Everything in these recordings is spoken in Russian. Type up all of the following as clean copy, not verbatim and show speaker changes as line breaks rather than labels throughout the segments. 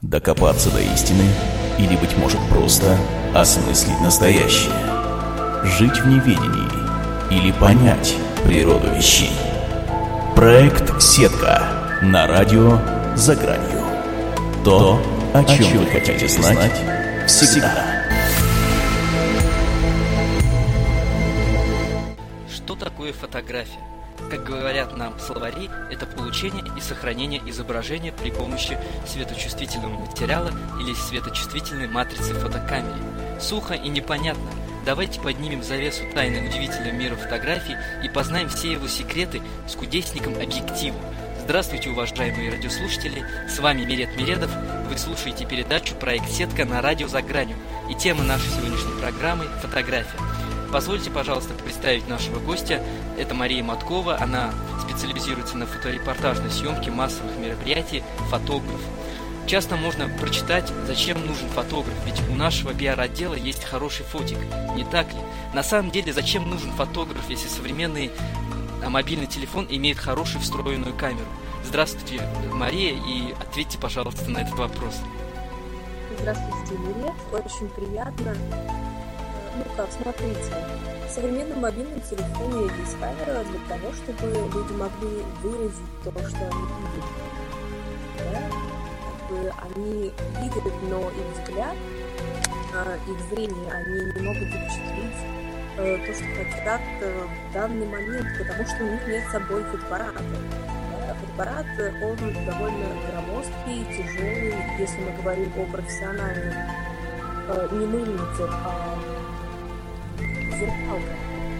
Докопаться до истины или, быть может, просто осмыслить настоящее. Жить в неведении или понять природу вещей. Проект «Сетка» на радио «За гранью». То, о чем вы хотите знать всегда.
Что такое фотография? Как говорят нам словари, это получение и сохранение изображения при помощи светочувствительного материала или светочувствительной матрицы в фотокамере. Сухо и непонятно. Давайте поднимем завесу тайны удивительного мира фотографий и познаем все его секреты с кудесником объектива. Здравствуйте, уважаемые радиослушатели, с вами Мирет Миредов, вы слушаете передачу «Проект Сетка» на радио «За гранью», и тема нашей сегодняшней программы – фотография. Позвольте, пожалуйста, представить нашего гостя. Это Мария Маткова, она специализируется на фоторепортажной съемке массовых мероприятий, фотограф. Часто можно прочитать, зачем нужен фотограф, ведь у нашего пиар-отдела есть хороший фотик, не так ли? На самом деле, зачем нужен фотограф, если современный мобильный телефон имеет хорошую встроенную камеру? Здравствуйте, Мария, и ответьте, пожалуйста, на этот вопрос.
Здравствуйте, Мирет, очень приятно. Смотрите, в современном мобильном телефоне есть камера для того, чтобы люди могли выразить то, что они видят. Да? Они видят, но их взгляд, их зрение, они не могут запечатлеть то, что хотят в данный момент, потому что у них нет с собой фотоаппарата. Да? Фотоаппарат, он довольно громоздкий, тяжелый, если мы говорим о профессиональном, не мыльнице, а зеркалка.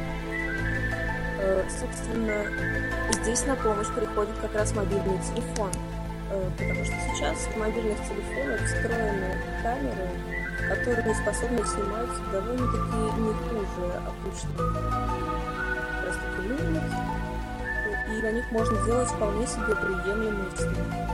Собственно, здесь на помощь приходит как раз мобильный телефон, потому что сейчас в мобильных телефонах встроены камеры, которые способны снимать довольно-таки не хуже обычных просто мыльниц, и на них можно делать вполне себе приемлемые снимки.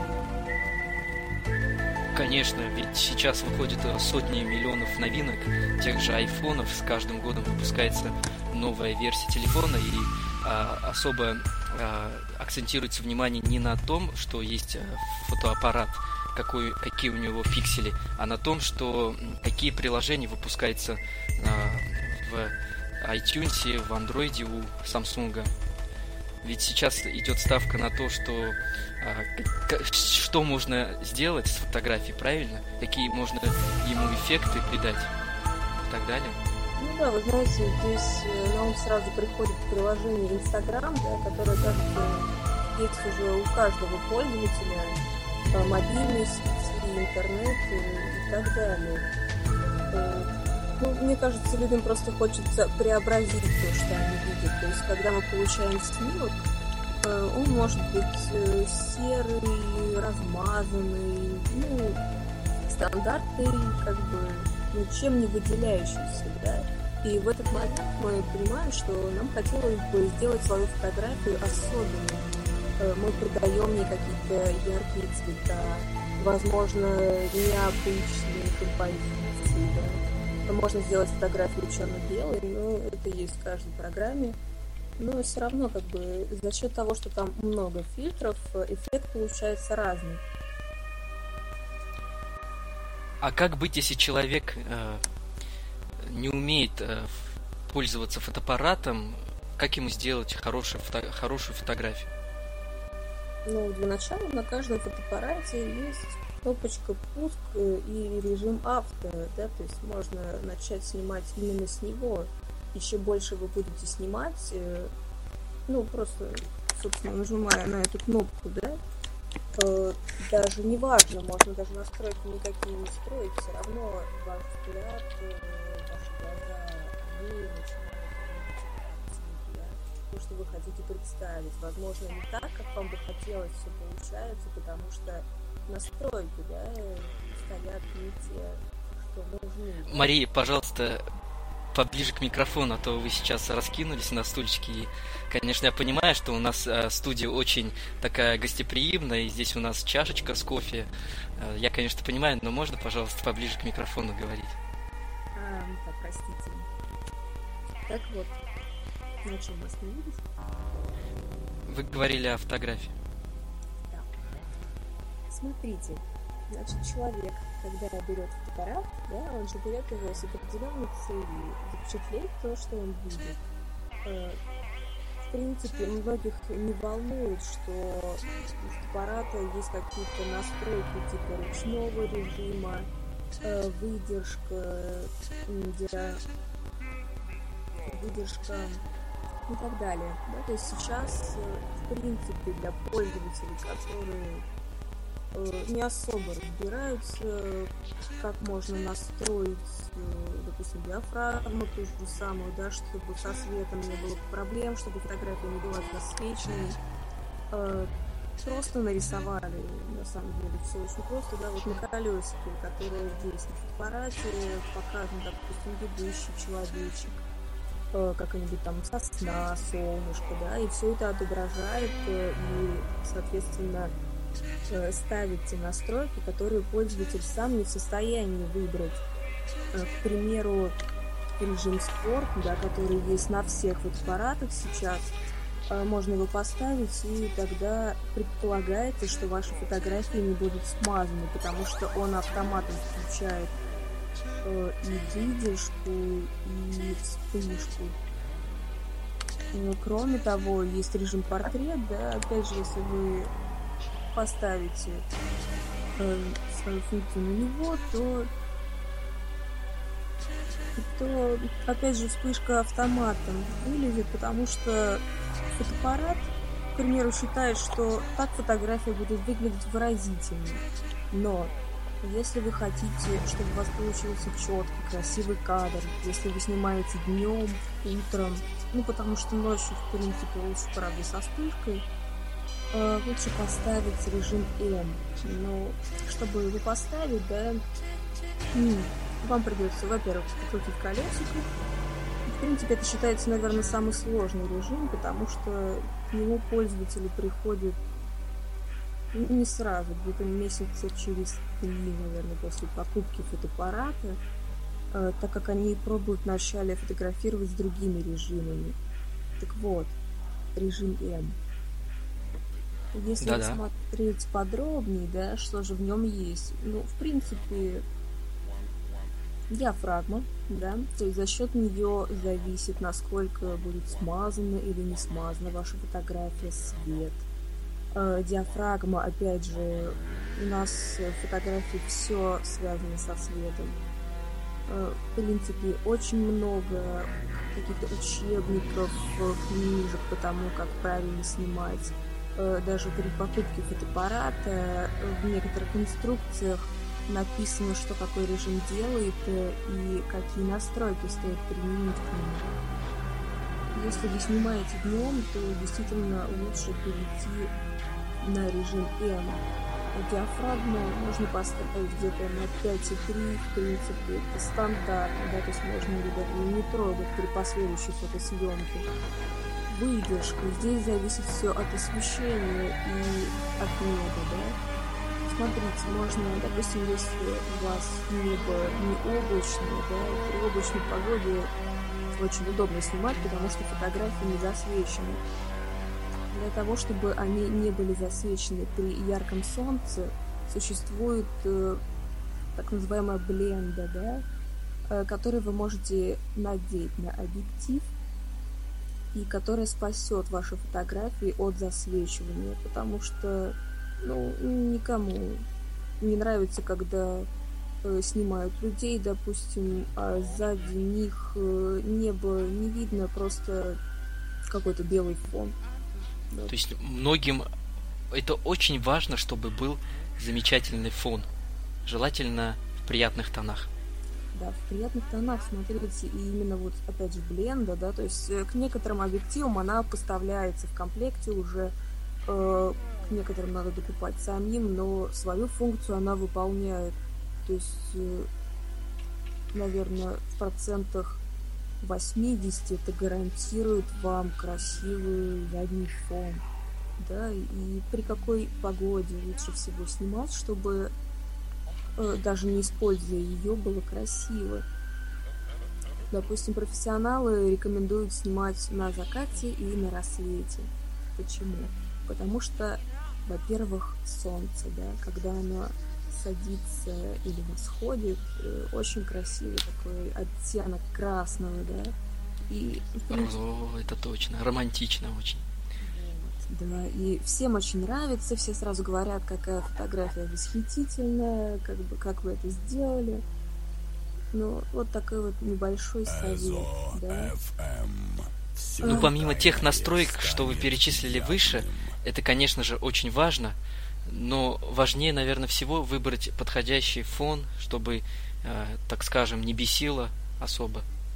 Конечно, ведь сейчас выходит сотни миллионов новинок тех же айфонов, с каждым годом выпускается новая версия телефона, и особо акцентируется внимание не на том, что есть фотоаппарат, какие у него пиксели, а на том, что какие приложения выпускаются в iTunes, в Android у Samsung. Ведь сейчас идет ставка на то, что можно сделать с фотографией, правильно? Какие можно ему эффекты придать и так далее.
Ну да, вы знаете, здесь на ум сразу приходит приложение Instagram, да, которое, кажется, есть уже у каждого пользователя, мобильной сети, интернет и так далее. Мне кажется, людям просто хочется преобразить то, что они видят. То есть, когда мы получаем снимок, он может быть серый, размазанный, стандартный, ничем не выделяющийся, да. И в этот момент мы понимаем, что нам хотелось бы сделать свою фотографию особенной. Мы придаем ей какие-то яркие цвета, возможно, необычные композиции, да. Можно сделать фотографию черно-белой, но это есть в каждой программе. Но все равно, за счет того, что там много фильтров, эффект получается разный.
А как быть, если человек не умеет пользоваться фотоаппаратом? Как ему сделать хорошую фотографию?
Для начала на каждом фотоаппарате есть кнопочка «Пуск» и режим «Авто», да, то есть можно начать снимать именно с него. И чем больше вы будете снимать, просто, собственно, нажимая на эту кнопку, да, даже не важно, можно даже настройки никакие не строить, все равно ваш взгляд, ваши глаза, они начинают то, что вы хотите представить. Возможно, не так, как вам бы хотелось, все получается, потому что настройки, да, стоят не те, что нужны.
Мария, пожалуйста, поближе к микрофону, а то вы сейчас раскинулись на стульчике. И, конечно, я понимаю, что у нас студия очень такая гостеприимная, и здесь у нас чашечка с кофе. Я, конечно, понимаю, но можно, пожалуйста, поближе к микрофону говорить?
Да, простите. Так вот, на чем мы остановились?
Вы говорили о фотографии.
Да. Смотрите, Значит, человек, когда берет фотоаппарат, да, он же берет его с определенной целью запечатлеть то, что он видит. В принципе, многих не волнует, что у фотоаппарата есть какие-то настройки типа ручного режима, выдержка и так далее. Да? То есть сейчас, в принципе, для пользователей, которые не особо разбираются, как можно настроить, допустим, диафрагму, ту же самую, да, чтобы со светом не было проблем, чтобы фотография не была засвеченной. Просто нарисовали, на самом деле, все очень просто, да, вот на колесике, которое здесь на фотоаппарате показан, допустим, бегущий человечек, какая-нибудь там сосна, солнышко, да, и все это отображает и, соответственно, ставить те настройки, которые пользователь сам не в состоянии выбрать. К примеру, режим спорт, да, который есть на всех фотоаппаратах сейчас, можно его поставить, и тогда предполагается, что ваши фотографии не будут смазаны, потому что он автоматом включает и выдержку, и вспышку. Кроме того, есть режим портрет, да, опять же, если вы поставите свою функцию на него, то опять же вспышка автоматом вылезет, потому что фотоаппарат, к примеру, считает, что так фотография будет выглядеть выразительно. Но если вы хотите, чтобы у вас получился четкий, красивый кадр, если вы снимаете днем, утром, потому что ночью, в принципе, лучше, правда, со вспышкой, лучше поставить режим М. Но чтобы его поставить, да, вам придется, во-первых, покрутить колесико. В принципе, это считается, наверное, самый сложный режим, потому что к нему пользователи приходят не сразу, где-то месяца через 3, наверное, после покупки фотоаппарата, так как они пробуют вначале фотографировать с другими режимами. Так вот, режим М. Если рассмотреть подробнее, да, что же в нем есть, в принципе, диафрагма, да, то есть за счет нее зависит, насколько будет смазана или не смазана ваша фотография, свет. Диафрагма, опять же, у нас в фотографии все связано со светом. В принципе, очень много каких-то учебников, книжек по тому, как правильно снимать. Даже при покупке фотоаппарата в некоторых инструкциях написано, что какой режим делает и какие настройки стоит применить к нему. Если вы снимаете днем, то действительно лучше перейти на режим М. Диафрагму можно поставить где-то на 5,3, в принципе, это стандартно, да, то есть можно ее даже не трогать при последующей фотосъемке. Выдержка. Здесь зависит все от освещения и от неба, да. Смотрите, можно, допустим, если у вас небо не облачное, да, при облачной погоде очень удобно снимать, потому что фотографии не засвечены. Для того, чтобы они не были засвечены при ярком солнце, существует так называемая бленда, да, которую вы можете надеть на объектив, и которая спасет ваши фотографии от засвечивания, потому что никому не нравится, когда снимают людей, допустим, а сзади них небо не видно, просто какой-то белый фон. Да.
То есть многим это очень важно, чтобы был замечательный фон, желательно в приятных тонах.
Да, в приятных тонах, смотрите, и именно вот, опять же, бленда, да, то есть к некоторым объективам она поставляется в комплекте уже, к некоторым надо докупать самим, но свою функцию она выполняет, то есть, наверное, в процентах 80 это гарантирует вам красивый задний фон, да, и при какой погоде лучше всего снимать, чтобы даже не используя ее, было красиво. Допустим, профессионалы рекомендуют снимать на закате и на рассвете. Почему? Потому что, во-первых, солнце, да, когда оно садится или восходит, очень красивый такой оттенок красного, да. И,
это точно, романтично очень.
Вот, да, и всем очень нравится, все сразу говорят, какая фотография восхитительная, как вы это сделали. Ну, вот такой вот небольшой совет, да.
Ну, помимо тех настроек, что вы перечислили выше, это, конечно же, очень важно, но важнее, наверное, всего выбрать подходящий фон, чтобы, так скажем, не бесило особо.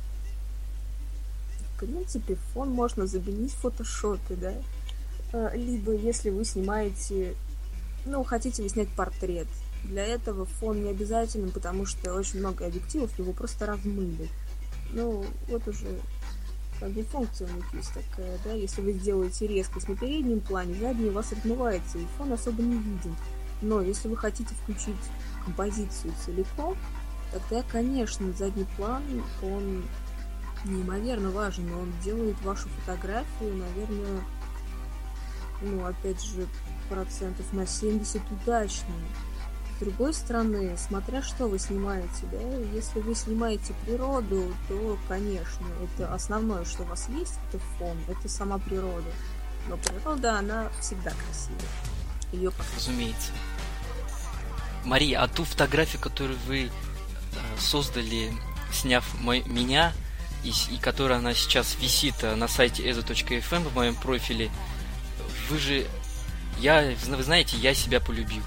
В принципе, фон можно заменить в фотошопе, да. Либо, если вы снимаете, хотите вы снять портрет. Для этого фон не обязателен, потому что очень много объективов его просто размыли. Вот уже как бы функция у них есть такая, да. Если вы сделаете резкость на переднем плане, задний у вас размывается, и фон особо не виден. Но если вы хотите включить композицию целиком, тогда, конечно, задний план, он неимоверно важен, он делает вашу фотографию, наверное, опять же, процентов на 70 удачной. С другой стороны, смотря что вы снимаете, да, если вы снимаете природу, то, конечно, это основное, что у вас есть, это фон, это сама природа. Но природа, она всегда красивая. Ее
разумеется. Мария, а ту фотографию, которую вы создали, сняв меня, и которая она сейчас висит на сайте ezo.fm в моем профиле, вы знаете, я себя полюбил.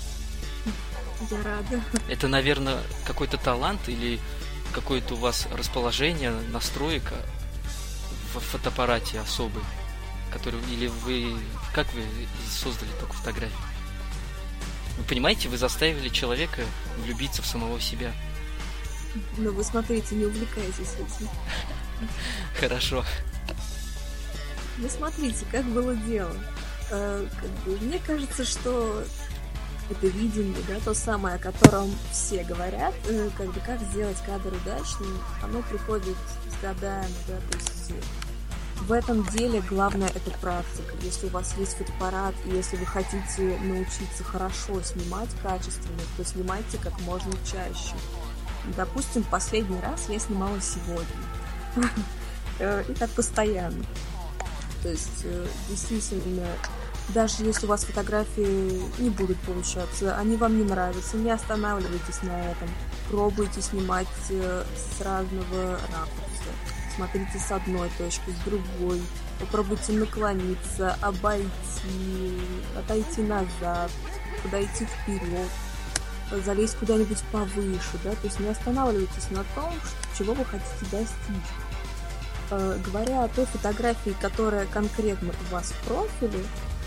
Я рада.
Это, наверное, какой-то талант или какое-то у вас расположение, настройка в фотоаппарате особый, который, или как вы создали такую фотографию? Вы понимаете, вы заставили человека влюбиться в самого себя.
Но вы смотрите, не увлекайтесь этим.
Хорошо.
Вы смотрите, как было дело. Мне кажется, что это видение, да, то самое, о котором все говорят, как сделать кадр удачным, оно приходит с годами, да, то есть в этом деле главное это практика. Если у вас есть фотоаппарат, и если вы хотите научиться хорошо снимать качественно, то снимайте как можно чаще. Допустим, последний раз я снимала сегодня. И так постоянно. То есть, действительно, даже если у вас фотографии не будут получаться, они вам не нравятся, не останавливайтесь на этом. Пробуйте снимать с разного ракурса. Смотрите с одной точки, с другой. Попробуйте наклониться, обойти, отойти назад, подойти вперед, залезть куда-нибудь повыше, да, то есть не останавливайтесь на том, чего вы хотите достичь. Говоря о той фотографии, которая конкретно у вас в профиле,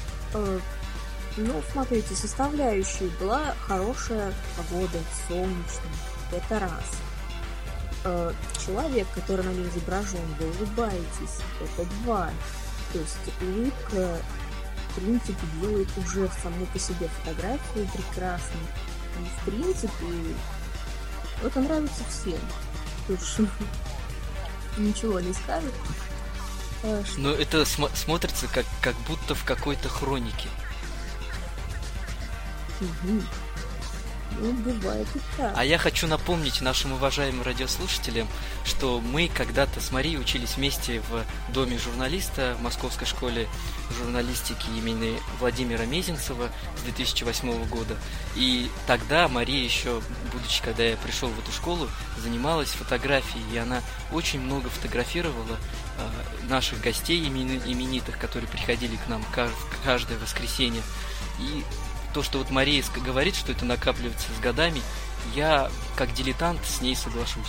смотрите, составляющей была хорошая погода, солнечная, это раз. Человек, который на ней изображен, вы улыбаетесь, это два. То есть улыбка, в принципе, делает уже саму по себе фотографию прекрасной. И, в принципе, это нравится всем. Тут ничего не скажет.
Но это смотрится как будто в какой-то хронике.
Угу. Бывает и так.
А я хочу напомнить нашим уважаемым радиослушателям, что мы когда-то с Марией учились вместе в Доме журналиста в Московской школе журналистики имени Владимира Мезенцева с 2008 года. И тогда Мария еще, когда я пришел в эту школу, занималась фотографией, и она очень много фотографировала наших гостей именитых, которые приходили к нам каждое воскресенье. И то, что вот Мария говорит, что это накапливается с годами, я, как дилетант, с ней соглашусь.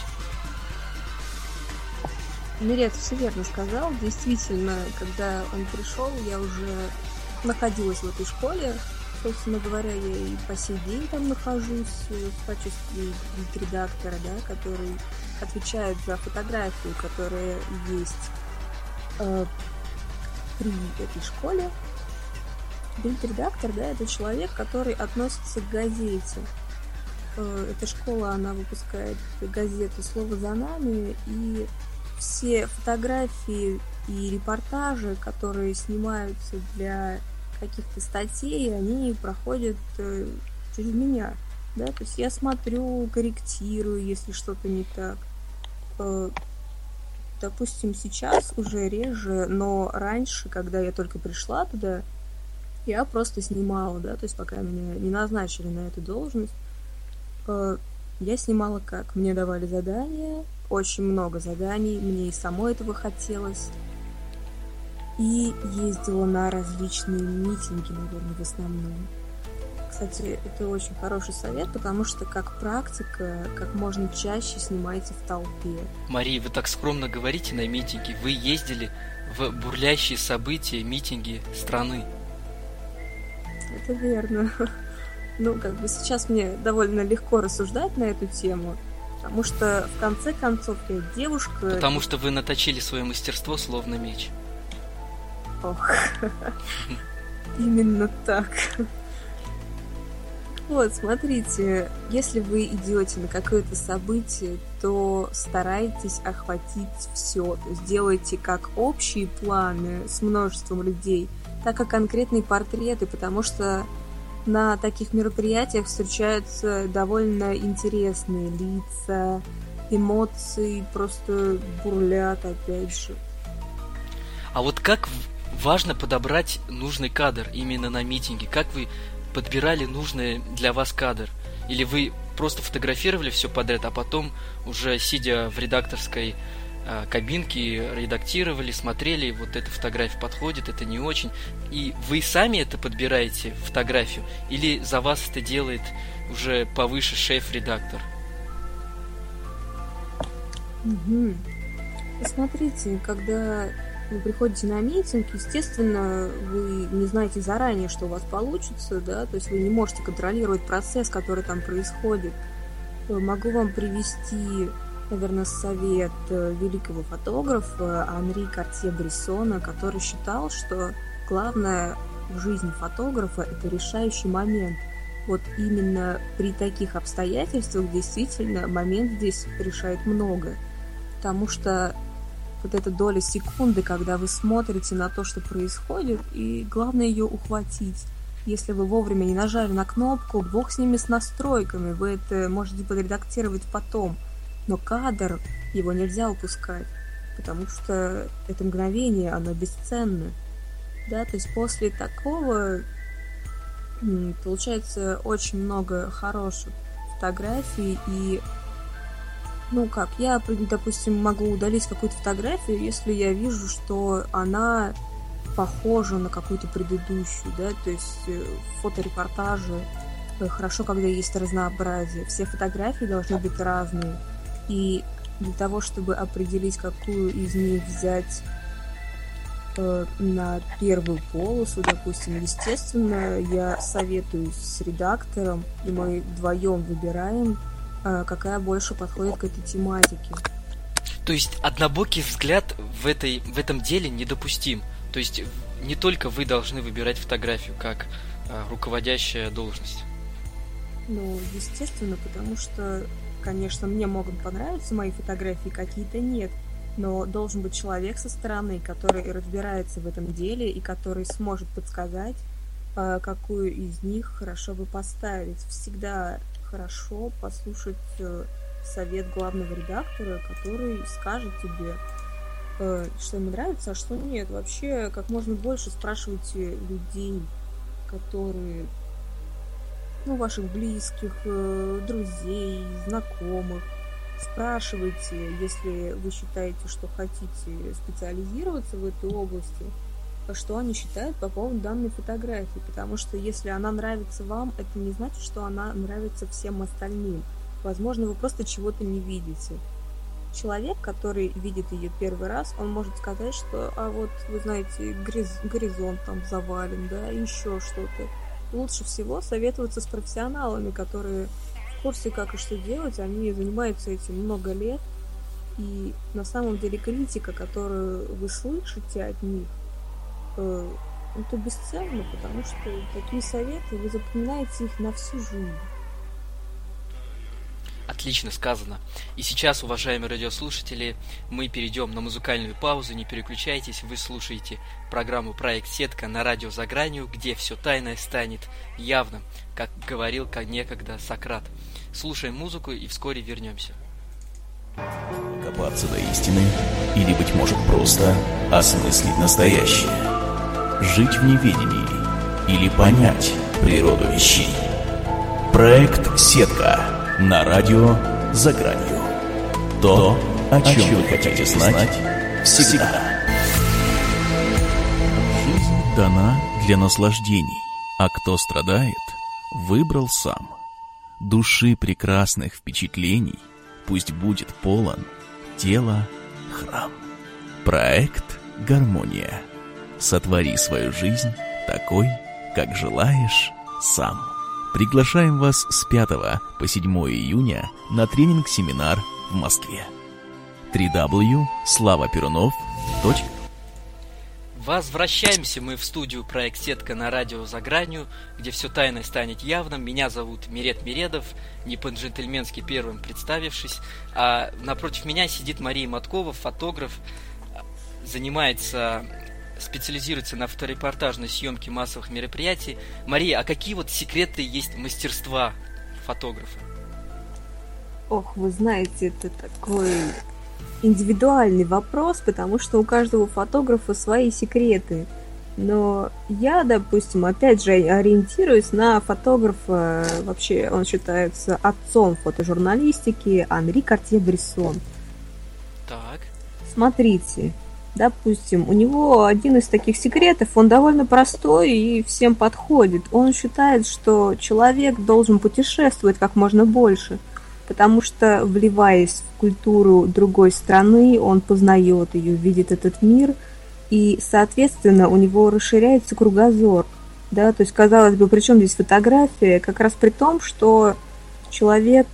Мирет все верно сказал. Действительно, когда он пришел, я уже находилась в этой школе. Собственно говоря, я и по сей день там нахожусь в качестве редактора, да, который отвечает за фотографию, которая есть при этой школе. Бильд-редактор, да, это человек, который относится к газете. Эта школа, она выпускает газету «Слово за нами», и все фотографии и репортажи, которые снимаются для каких-то статей, они проходят через меня. Да, то есть я смотрю, корректирую, если что-то не так. Допустим, сейчас уже реже, но раньше, когда я только пришла туда, я просто снимала, да, то есть пока меня не назначили на эту должность, я снимала как? Мне давали задания, очень много заданий, мне и самой этого хотелось. И ездила на различные митинги, наверное, в основном. Кстати, это очень хороший совет, потому что как практика, как можно чаще снимайте в толпе.
Мария, вы так скромно говорите на митинге. Вы ездили в бурлящие события, митинги страны.
Это верно. Ну, как бы сейчас мне довольно легко рассуждать на эту тему, потому что в конце концов я девушка...
Потому что вы наточили свое мастерство словно меч.
Ох, именно так. Вот, смотрите, если вы идете на какое-то событие, то старайтесь охватить все. То есть делайте как общие планы с множеством людей, так и конкретные портреты, потому что на таких мероприятиях встречаются довольно интересные лица, эмоции просто бурлят, опять же.
А вот как важно подобрать нужный кадр именно на митинге? Как вы подбирали нужный для вас кадр? Или вы просто фотографировали все подряд, а потом уже сидя в редакторской кабинке редактировали, смотрели, вот эта фотография подходит, это не очень, и вы сами это подбираете, фотографию, или за вас это делает уже повыше шеф-редактор?
Угу. Смотрите, когда вы приходите на митинг, естественно, вы не знаете заранее, что у вас получится, да, то есть вы не можете контролировать процесс, который там происходит. Могу вам привести, наверное, совет великого фотографа Анри Картье-Брессона, который считал, что главное в жизни фотографа – это решающий момент. Вот именно при таких обстоятельствах действительно момент здесь решает много, потому что вот эта доля секунды, когда вы смотрите на то, что происходит, и главное ее ухватить. Если вы вовремя не нажали на кнопку, бог с ними, с настройками, вы это можете подредактировать потом. Но кадр, его нельзя упускать, потому что это мгновение, оно бесценно. Да, то есть после такого получается очень много хороших фотографий, и ну как, я, допустим, могу удалить какую-то фотографию, если я вижу, что она похожа на какую-то предыдущую, да, то есть в фоторепортаже хорошо, когда есть разнообразие. Все фотографии должны быть разные, и для того, чтобы определить, какую из них взять на первую полосу, допустим, естественно, я советуюсь с редактором, и мы вдвоем выбираем, какая больше подходит к этой тематике.
То есть однобокий взгляд в этом деле недопустим. То есть не только вы должны выбирать фотографию как руководящая должность.
Ну, естественно, потому что, конечно, мне могут понравиться мои фотографии, какие-то нет, но должен быть человек со стороны, который разбирается в этом деле и который сможет подсказать, какую из них хорошо бы поставить. Всегда хорошо послушать совет главного редактора, который скажет тебе, что ему нравится, а что нет. Вообще, как можно больше спрашивайте людей, которые, ну, ваших близких, друзей, знакомых. Спрашивайте, если вы считаете, что хотите специализироваться в этой области, что они считают по поводу данной фотографии, потому что если она нравится вам, это не значит, что она нравится всем остальным. Возможно, вы просто чего-то не видите. Человек, который видит ее первый раз, он может сказать, что, а вот, вы знаете, горизонт там завален, да, еще что-то. Лучше всего советоваться с профессионалами, которые в курсе, как и что делать, они занимаются этим много лет, и на самом деле критика, которую вы слышите от них, это бесценно, потому что такие советы, вы запоминаете их на всю жизнь.
Отлично сказано. И сейчас, уважаемые радиослушатели, мы перейдем на музыкальную паузу. Не переключайтесь, вы слушаете программу «Проект Сетка» на радио «За гранью», где все тайное станет явным, как говорил некогда Сократ. Слушаем музыку и вскоре вернемся.
Копаться до истины или, быть может, просто осмыслить настоящее. Жить в неведении или понять природу вещей. Проект «Сетка» на радио «За гранью». То, о чем вы хотите знать всегда. Жизнь дана для наслаждений, а кто страдает, выбрал сам. Души прекрасных впечатлений пусть будет полон тело храм. Проект «Гармония». Сотвори свою жизнь такой, как желаешь сам. Приглашаем вас с 5 по 7 июня на тренинг-семинар в Москве. www.slavaperunov.ru.
Возвращаемся мы в студию «Проект Сетка» на радио «За гранью», где все тайное станет явным. Меня зовут Мирет Миредов, не по-джентльменски первым представившись. А напротив меня сидит Мария Маткова, фотограф, специализируется на фоторепортажной съемке массовых мероприятий. Мария, а какие вот секреты есть мастерства фотографа?
Ох, вы знаете, это такой индивидуальный вопрос, потому что у каждого фотографа свои секреты. Но я, допустим, опять же ориентируюсь на фотографа, вообще он считается отцом фотожурналистики, Анри Картье-Брессон.
Так.
Смотрите. Допустим, у него один из таких секретов, он довольно простой и всем подходит. Он считает, что человек должен путешествовать как можно больше, потому что, вливаясь в культуру другой страны, он познает ее, видит этот мир, и, соответственно, у него расширяется кругозор. Да? То есть, казалось бы, при чем здесь фотография? Как раз при том, что человек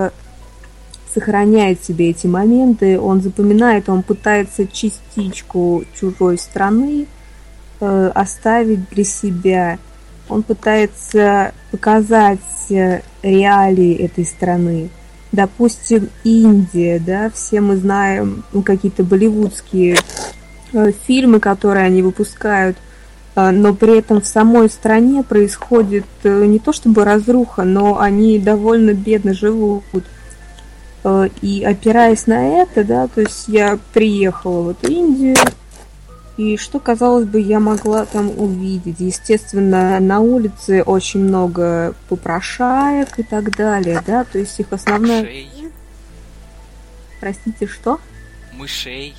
сохраняет себе эти моменты, он запоминает, он пытается частичку чужой страны оставить для себя. Он пытается показать реалии этой страны. Допустим, Индия, да, все мы знаем какие-то болливудские фильмы, которые они выпускают, но при этом в самой стране происходит не то чтобы разруха, но они довольно бедно живут. И опираясь на это, да, то есть я приехала в эту Индию, и что, казалось бы, я могла там увидеть? Естественно, на улице очень много попрошаек и так далее, да, то есть их основная...
Мышей.
Простите, что?
Мышей.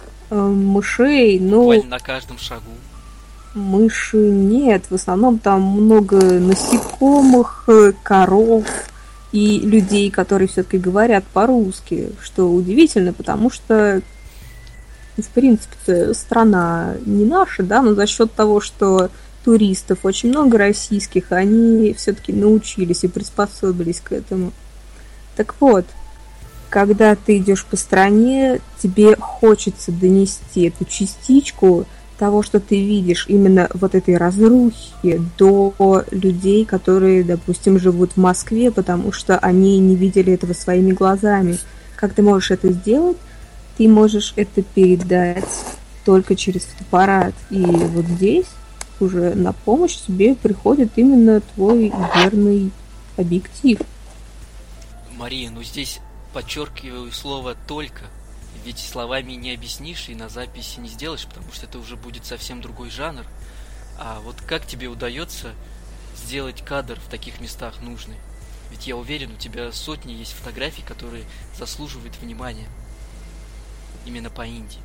Мышей, ну...
Буквально на каждом шагу.
Мыши нет, в основном там много насекомых, коров и людей, которые все-таки говорят по-русски, что удивительно, потому что, в принципе, страна не наша, да, но за счет того, что туристов очень много российских, они все-таки научились и приспособились к этому. Так вот, когда ты идешь по стране, тебе хочется донести эту частичку того, что ты видишь, именно вот этой разрухи, до людей, которые, допустим, живут в Москве, потому что они не видели этого своими глазами. Как ты можешь это сделать? Ты можешь это передать только через фотоаппарат. И вот здесь уже на помощь тебе приходит именно твой верный объектив.
Мария, ну здесь подчеркиваю слово «только». Ведь словами не объяснишь и на записи не сделаешь, потому что это уже будет совсем другой жанр. А вот как тебе удается сделать кадр в таких местах нужный? Ведь я уверен, у тебя сотни есть фотографий, которые заслуживают внимания. Именно по Индии.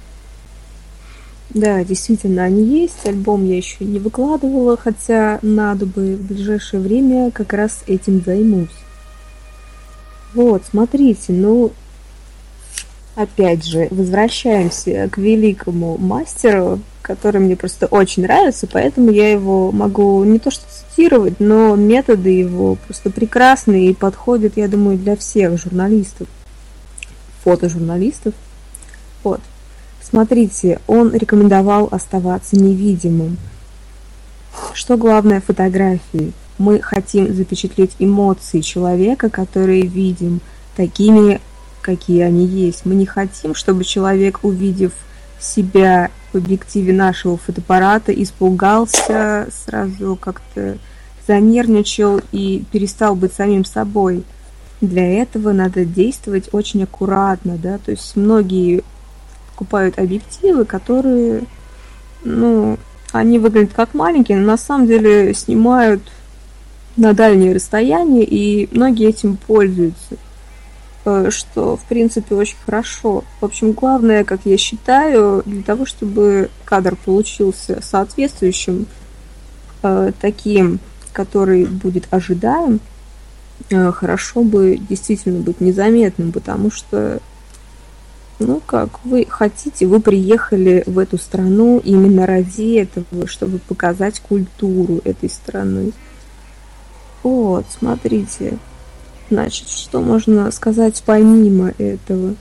Да, действительно, они есть. Альбом я еще не выкладывала, хотя надо бы в ближайшее время как раз этим займусь. Вот, смотрите, ну... Опять же, возвращаемся к великому мастеру, который мне просто очень нравится, поэтому я его могу не то что цитировать, но методы его просто прекрасные и подходят, я думаю, для всех журналистов, фотожурналистов. Вот. Смотрите, он рекомендовал оставаться невидимым. Что главное в фотографии? мы хотим запечатлеть эмоции человека, которые видим, такими, какие они есть. Мы не хотим, чтобы человек, увидев себя в объективе нашего фотоаппарата, испугался, сразу как-то занервничал и перестал быть самим собой. Для этого надо действовать очень аккуратно, да, то есть многие покупают объективы, которые, они выглядят как маленькие, но на самом деле снимают на дальние расстояния, и многие этим пользуются, что, в принципе, очень хорошо. В общем, главное, как я считаю, для того, чтобы кадр получился соответствующим, таким, который будет ожидаем, хорошо бы действительно быть незаметным, потому что, как вы хотите, вы приехали в эту страну именно ради этого, чтобы показать культуру этой страны. Вот, смотрите. Значит, что можно сказать помимо этого?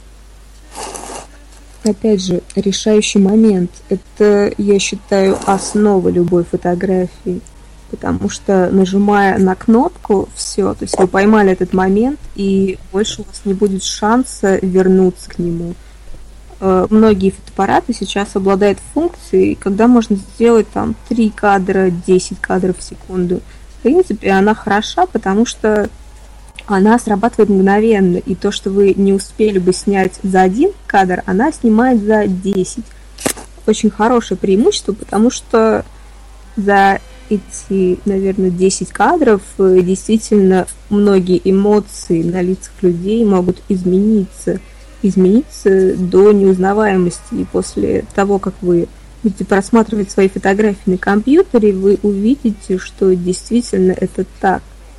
Опять же, решающий момент. Это, я считаю, основа любой фотографии. Потому что, нажимая на кнопку, все, то есть вы поймали этот момент, и больше у вас не будет шанса вернуться к нему. Многие фотоаппараты сейчас обладают функцией, когда можно сделать там 3 кадра, 10 кадров в секунду. В принципе, она хороша, потому что она срабатывает мгновенно, и то, что вы не успели бы снять за 1 кадр, она снимает за 10. Очень хорошее преимущество, потому что за эти, наверное, 10 кадров действительно многие эмоции на лицах людей могут измениться до неузнаваемости. И после того, как вы будете просматривать свои фотографии на компьютере, вы увидите, что действительно это так.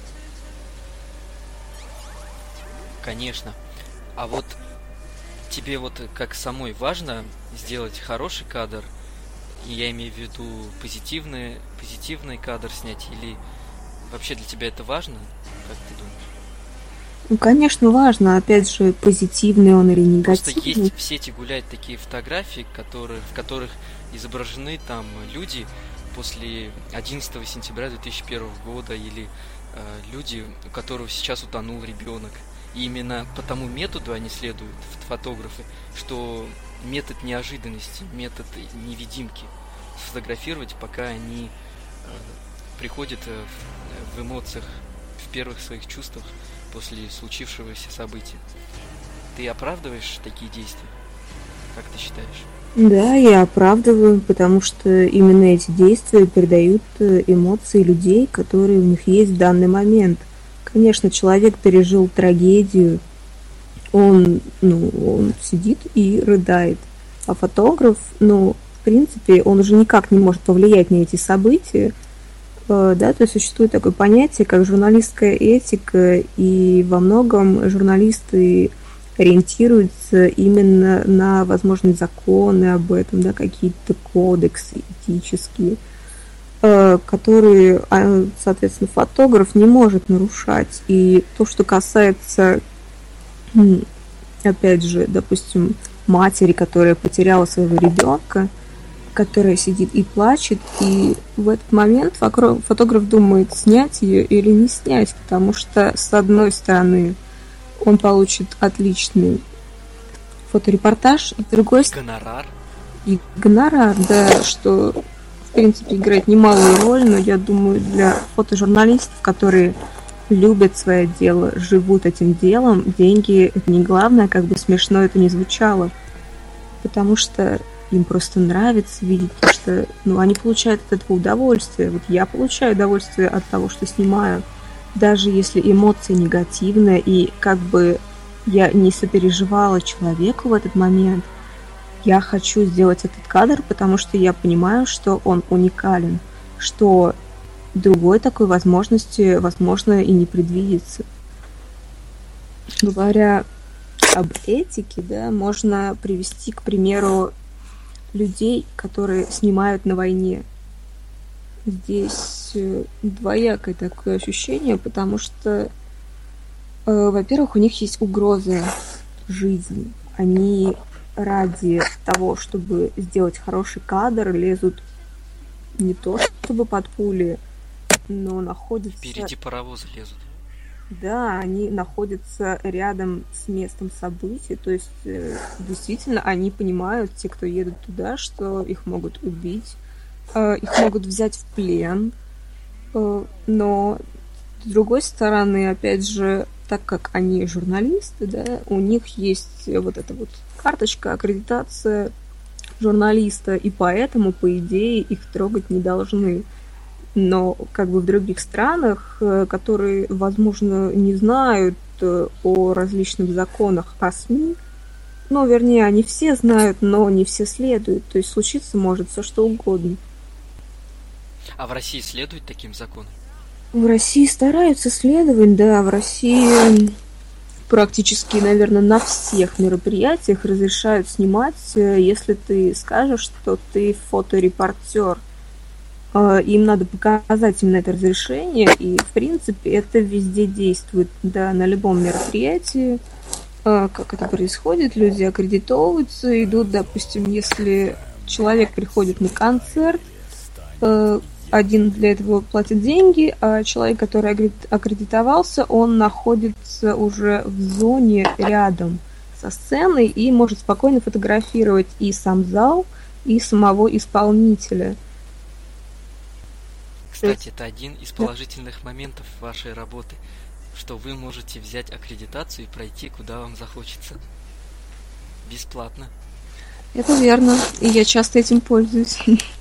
Конечно. А вот тебе вот как самой важно сделать хороший кадр, и я имею в виду позитивный кадр снять, или вообще для тебя это важно? Как ты думаешь?
Конечно, важно. Опять же, позитивный он или негативный.
Просто есть в сети гуляют такие фотографии, в которых изображены там люди после 11 сентября 2001 года, или люди, у которых сейчас утонул ребенок. И именно по тому методу они следуют, фотографы, что метод неожиданности, метод невидимки. Сфотографировать, пока они приходят в эмоциях, в первых своих чувствах после случившегося события. Ты оправдываешь такие действия? Как ты считаешь?
Да, я оправдываю, потому что именно эти действия передают эмоции людей, которые у них есть в данный момент. Конечно, человек пережил трагедию, он сидит и рыдает. А фотограф, в принципе, он уже никак не может повлиять на эти события. Да, то есть существует такое понятие, как журналистская этика, и во многом журналисты ориентируются именно на возможные законы об этом, да, какие-то кодексы этические, которые, соответственно, фотограф не может нарушать. И то, что касается, опять же, допустим, матери, которая потеряла своего ребенка, которая сидит и плачет, и в этот момент фотограф думает, снять ее или не снять, потому что, с одной стороны, он получит отличный фоторепортаж, и с другой стороны... Гонорар, да, что, в принципе, играет немалую роль, но я думаю, для фотожурналистов, которые любят свое дело, живут этим делом, деньги — это не главное, как бы смешно это ни звучало, потому что им просто нравится видеть, что они получают от этого удовольствие. Вот я получаю удовольствие от того, что снимаю, даже если эмоции негативные, и как бы я не сопереживала человеку в этот момент, я хочу сделать этот кадр, потому что я понимаю, что он уникален, что другой такой возможности, возможно, и не предвидится. Говоря об этике, да, можно привести, к примеру, людей, которые снимают на войне. Здесь двоякое такое ощущение, потому что, во-первых, у них есть угроза жизни. Они ради того, чтобы сделать хороший кадр, лезут не то чтобы под пули, но находятся...
Впереди паровоза лезут.
Да, они находятся рядом с местом событий, то есть действительно они понимают, те, кто едут туда, что их могут убить, их могут взять в плен, но с другой стороны, опять же, так как они журналисты, да, у них есть вот эта вот карточка, аккредитация журналиста, и поэтому, по идее, их трогать не должны. Но как бы в других странах, которые, возможно, не знают о различных законах о СМИ, ну, вернее, они все знают, но не все следуют. То есть случиться может все что угодно.
А в России следуют таким законам?
В России стараются следовать, да. В России практически, наверное, на всех мероприятиях разрешают снимать, если ты скажешь, что ты фоторепортер. Им надо показать именно это разрешение, и, в принципе, это везде действует, да, на любом мероприятии. Как это происходит, люди аккредитовываются, идут, допустим, если человек приходит на концерт, один для этого платит деньги, а человек, который аккредитовался, он находится уже в зоне рядом со сценой и может спокойно фотографировать и сам зал, и самого исполнителя.
Кстати, это один из положительных моментов вашей работы, что вы можете взять аккредитацию и пройти, куда вам захочется. Бесплатно.
Это верно, и я часто этим пользуюсь.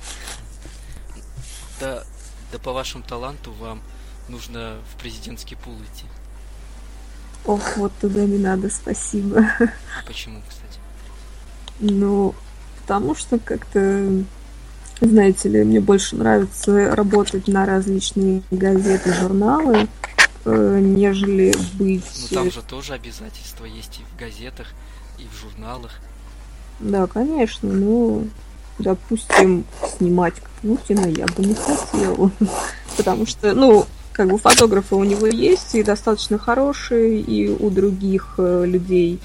Да по вашему таланту вам нужно в президентский пул идти.
Ох, вот туда не надо, спасибо.
А почему, кстати?
Ну, потому что как-то, знаете ли, мне больше нравится работать на различные газеты, журналы, нежели быть...
Ну, там же тоже обязательства есть и в газетах, и в журналах.
Да, конечно, но, допустим, снимать Путина я бы не хотела, потому что, ну, как бы фотографы у него есть, и достаточно хорошие, и у других людей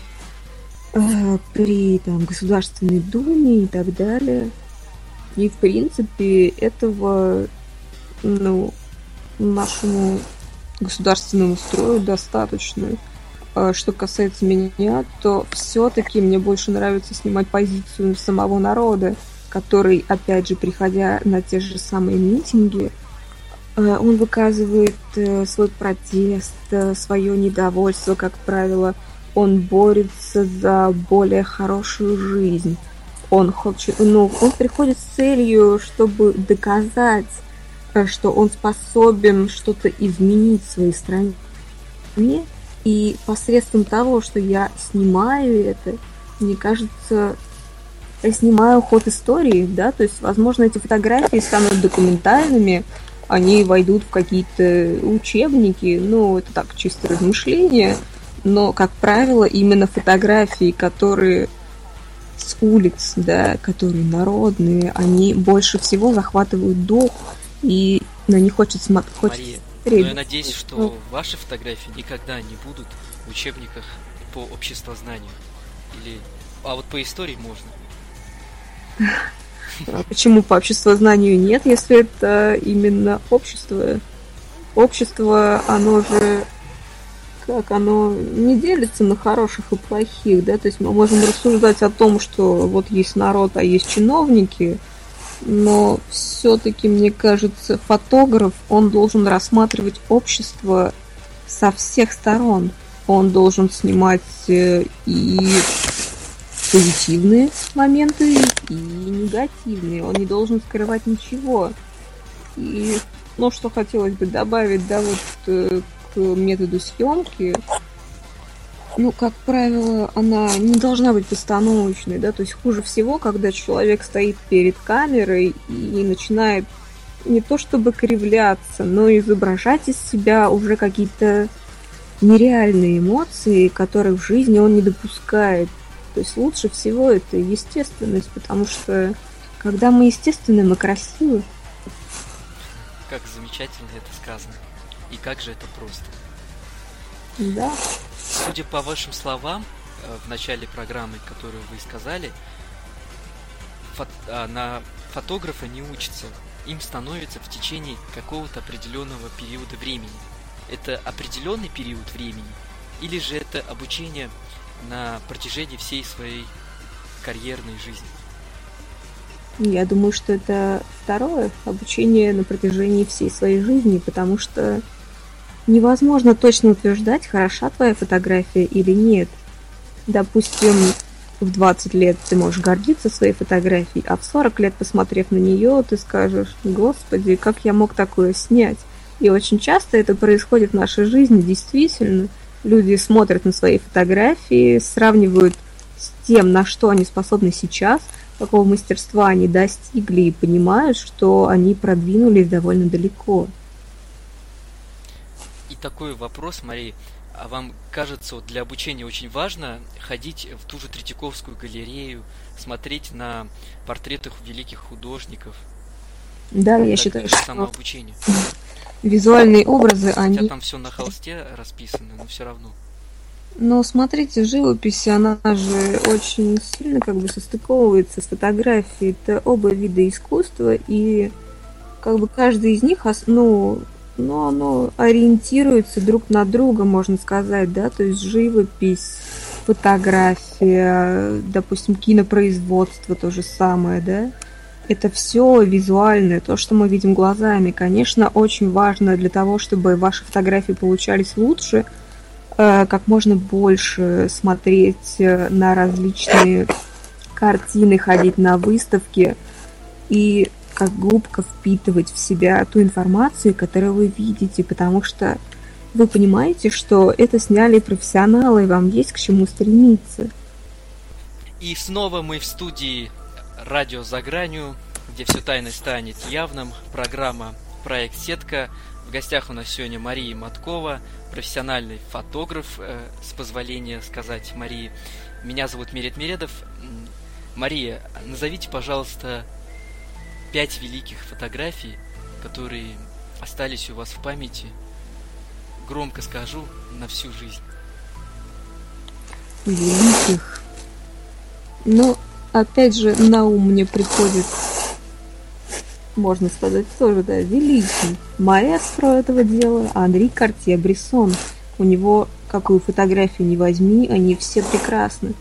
при там, Государственной Думе и так далее. И, в принципе, этого, ну, нашему государственному строю достаточно. Что касается меня, то все-таки мне больше нравится снимать позицию самого народа, который, опять же, приходя на те же самые митинги, он выказывает свой протест, свое недовольство, как правило, он борется за более хорошую жизнь. Он хочет, ну, он приходит с целью, чтобы доказать, что он способен что-то изменить в своей стране. И посредством того, что я снимаю это, мне кажется, я снимаю ход истории, да, то есть, возможно, эти фотографии станут документальными, они войдут в какие-то учебники, ну, это так, чисто размышления, но, как правило, именно фотографии, которые с улиц, да, которые народные, они больше всего захватывают дух, и на них хочется
смотреть. Но я надеюсь, что ваши фотографии никогда не будут в учебниках по обществознанию. А вот по истории можно.
А почему по обществознанию нет, если это именно общество? Общество, оно же... Как оно не делится на хороших и плохих, да? То есть мы можем рассуждать о том, что вот есть народ, а есть чиновники, но все-таки, мне кажется, фотограф, он должен рассматривать общество со всех сторон. Он должен снимать и позитивные моменты, и негативные. Он не должен скрывать ничего. И, ну, что хотелось бы добавить, да, вот к методу съемки, ну, как правило, она не должна быть постановочной, да, то есть хуже всего, когда человек стоит перед камерой и начинает не то чтобы кривляться, но изображать из себя уже какие-то нереальные эмоции, которых в жизни он не допускает. То есть лучше всего это естественность, потому что когда мы естественны, мы красивы.
Как замечательно это сказано. И как же это просто.
Да.
Судя по вашим словам, в начале программы, которую вы сказали, на фотографа не учатся. им становится в течение какого-то определенного периода времени. Это определенный период времени, или же это обучение на протяжении всей своей карьерной жизни?
Я думаю, что это второе, обучение на протяжении всей своей жизни, потому что невозможно точно утверждать, хороша твоя фотография или нет. Допустим, в 20 лет ты можешь гордиться своей фотографией, а в 40 лет, посмотрев на нее, ты скажешь: «Господи, как я мог такое снять?» И очень часто это происходит в нашей жизни, действительно. Люди смотрят на свои фотографии, сравнивают с тем, на что они способны сейчас, какого мастерства они достигли, и понимают, что они продвинулись довольно далеко.
И такой вопрос, Мария. А вам кажется, вот для обучения очень важно ходить в ту же Третьяковскую галерею, смотреть на портреты великих художников?
Да, я считаю, что
самообучение.
Визуальные образы,
хотя
они...
там все на холсте расписано, но все равно.
Но смотрите, живопись, она же очень сильно как бы состыковывается с фотографией. Это оба вида искусства, и как бы каждый из них, оно ориентируется друг на друга, можно сказать, да, то есть живопись, фотография, допустим, кинопроизводство, то же самое, да. Это все визуальное, то, что мы видим глазами. Конечно, очень важно для того, чтобы ваши фотографии получались лучше, как можно больше смотреть на различные картины, ходить на выставки и как губка впитывать в себя ту информацию, которую вы видите, потому что вы понимаете, что это сняли профессионалы, и вам есть к чему стремиться.
И снова мы в студии «Радио за гранью», где все тайное станет явным. Программа «Проект Сетка». В гостях у нас сегодня Мария Маткова, профессиональный фотограф, с позволения сказать Марии. Меня зовут Мерет Мередов. Мария, назовите, пожалуйста, 5 великих фотографий, которые остались у вас в памяти. Громко скажу, на всю жизнь.
Великих. Но, опять же, на ум мне приходит, можно сказать, тоже, да, великий маэстро этого дела, Анри Картье-Бresson. У него, какую фотографию не возьми, они все прекрасны.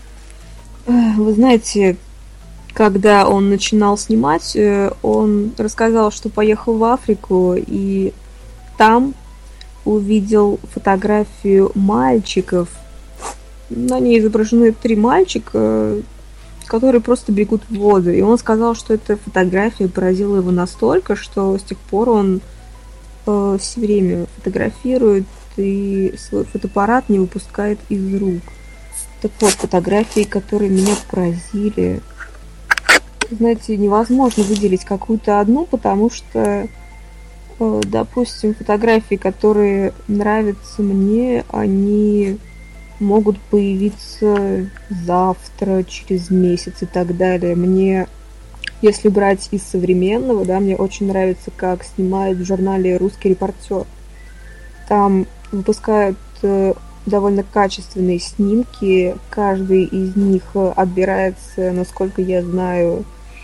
Вы знаете, когда он начинал снимать, он рассказал, что поехал в Африку, и там увидел фотографию мальчиков. На ней изображены 3 мальчика, которые просто бегут в воду. И он сказал, что эта фотография поразила его настолько, что с тех пор он все время фотографирует и свой фотоаппарат не выпускает из рук. Так вот, фотографии, которые меня поразили. Знаете, невозможно выделить какую-то одну, потому что, допустим, фотографии, которые нравятся мне, они могут появиться завтра, через месяц и так далее. Мне, если брать из современного, да, мне очень нравится, как снимают в журнале «Русский репортер». Там выпускают довольно качественные снимки. Каждый из них отбирается, насколько я знаю,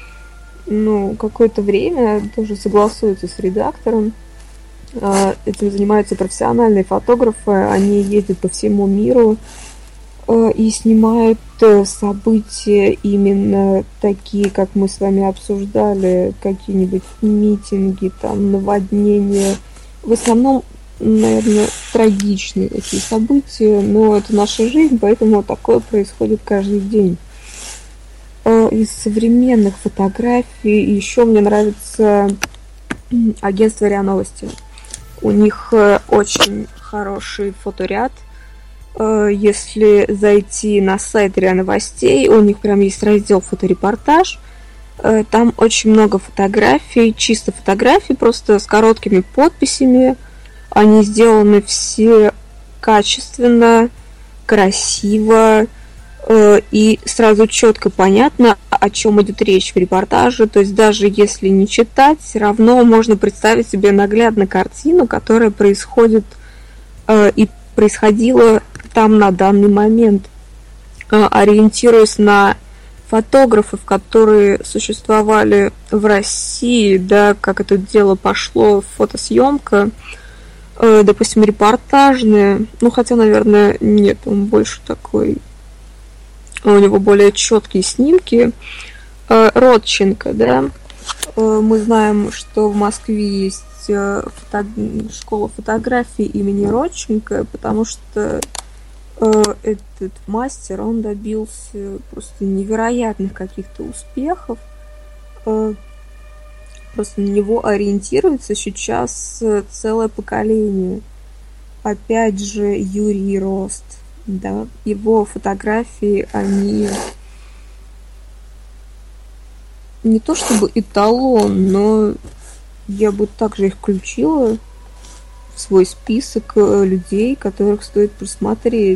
какое-то время, тоже согласуется с редактором. Этим занимаются профессиональные фотографы, они ездят по всему миру и снимают события именно такие, как мы с вами обсуждали, какие-нибудь митинги, там, наводнения. В основном, наверное, трагичные такие события, но это наша жизнь, поэтому такое происходит каждый день. Из современных фотографий еще мне нравится агентство РИА Новости. У них очень хороший фоторяд. Если зайти на сайт РИА Новостей, у них прям есть раздел «Фоторепортаж». Там очень много фотографий, чисто фотографий, просто с короткими подписями. Они сделаны все качественно, красиво, и сразу четко понятно, о чем идет речь в репортаже. То есть даже если не читать, все равно можно представить себе наглядно картину, которая происходит и происходила там на данный момент. Ориентируясь на фотографов, которые существовали в России, да, как это дело пошло, фотосъемка, допустим, репортажная, ну, хотя, наверное, нет, он больше такой, у него более четкие снимки. Родченко, да, мы знаем, что в Москве есть школа фотографии имени Родченко, потому что этот мастер, он добился просто невероятных каких-то успехов. Просто на него ориентируется сейчас целое поколение. Опять же, Юрий Рост, да, его фотографии, они не то чтобы эталон, но я бы также их включила в свой список людей, которых стоит просмотреть.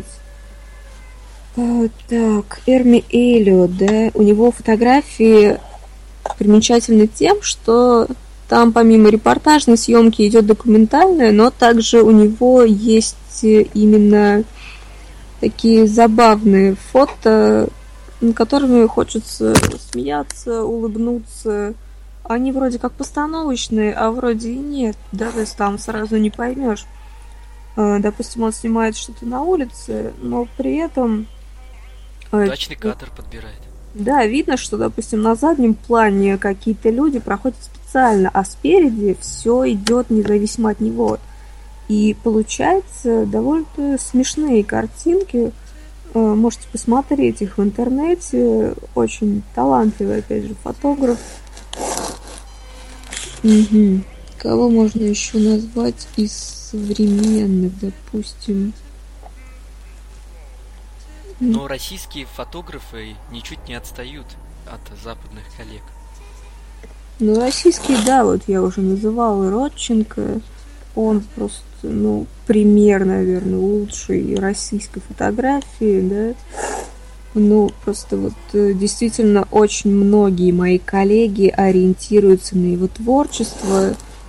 Так, Эрми Эллиот, да, у него фотографии примечательны тем, что там помимо репортажной съемки идет документальная, но также у него есть именно такие забавные фото, которыми хочется смеяться, улыбнуться. Они вроде как постановочные, а вроде и нет, да, то есть там сразу не поймешь. Допустим, он снимает что-то на улице, но при этом...
Удачный кадр подбирает.
Да, видно, что, допустим, на заднем плане какие-то люди проходят специально, а спереди все идет независимо от него. И получается довольно смешные картинки. Можете посмотреть их в интернете. Очень талантливый, опять же, фотограф. Угу. Кого можно еще назвать из современных, допустим?
Но российские фотографы ничуть не отстают от западных коллег.
Ну, российские, да, вот я уже называла Родченко. Он просто, ну, пример, наверное, лучшей российской фотографии, да. Ну, просто вот действительно очень многие мои коллеги ориентируются на его творчество,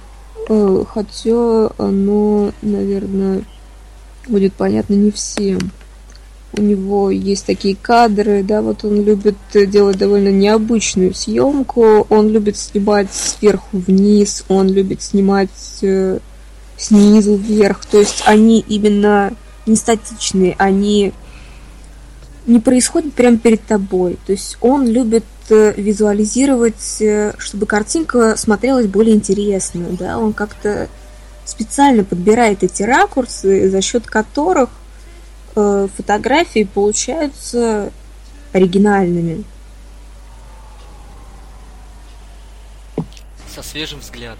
хотя оно, наверное, будет понятно не всем. У него есть такие кадры, да, вот он любит делать довольно необычную съемку, он любит снимать сверху вниз, он любит снимать снизу вверх, то есть они именно не статичные, они не происходят прямо перед тобой, то есть он любит визуализировать, чтобы картинка смотрелась более интересно, да, он как-то специально подбирает эти ракурсы, за счет которых фотографии получаются оригинальными.
Со свежим взглядом.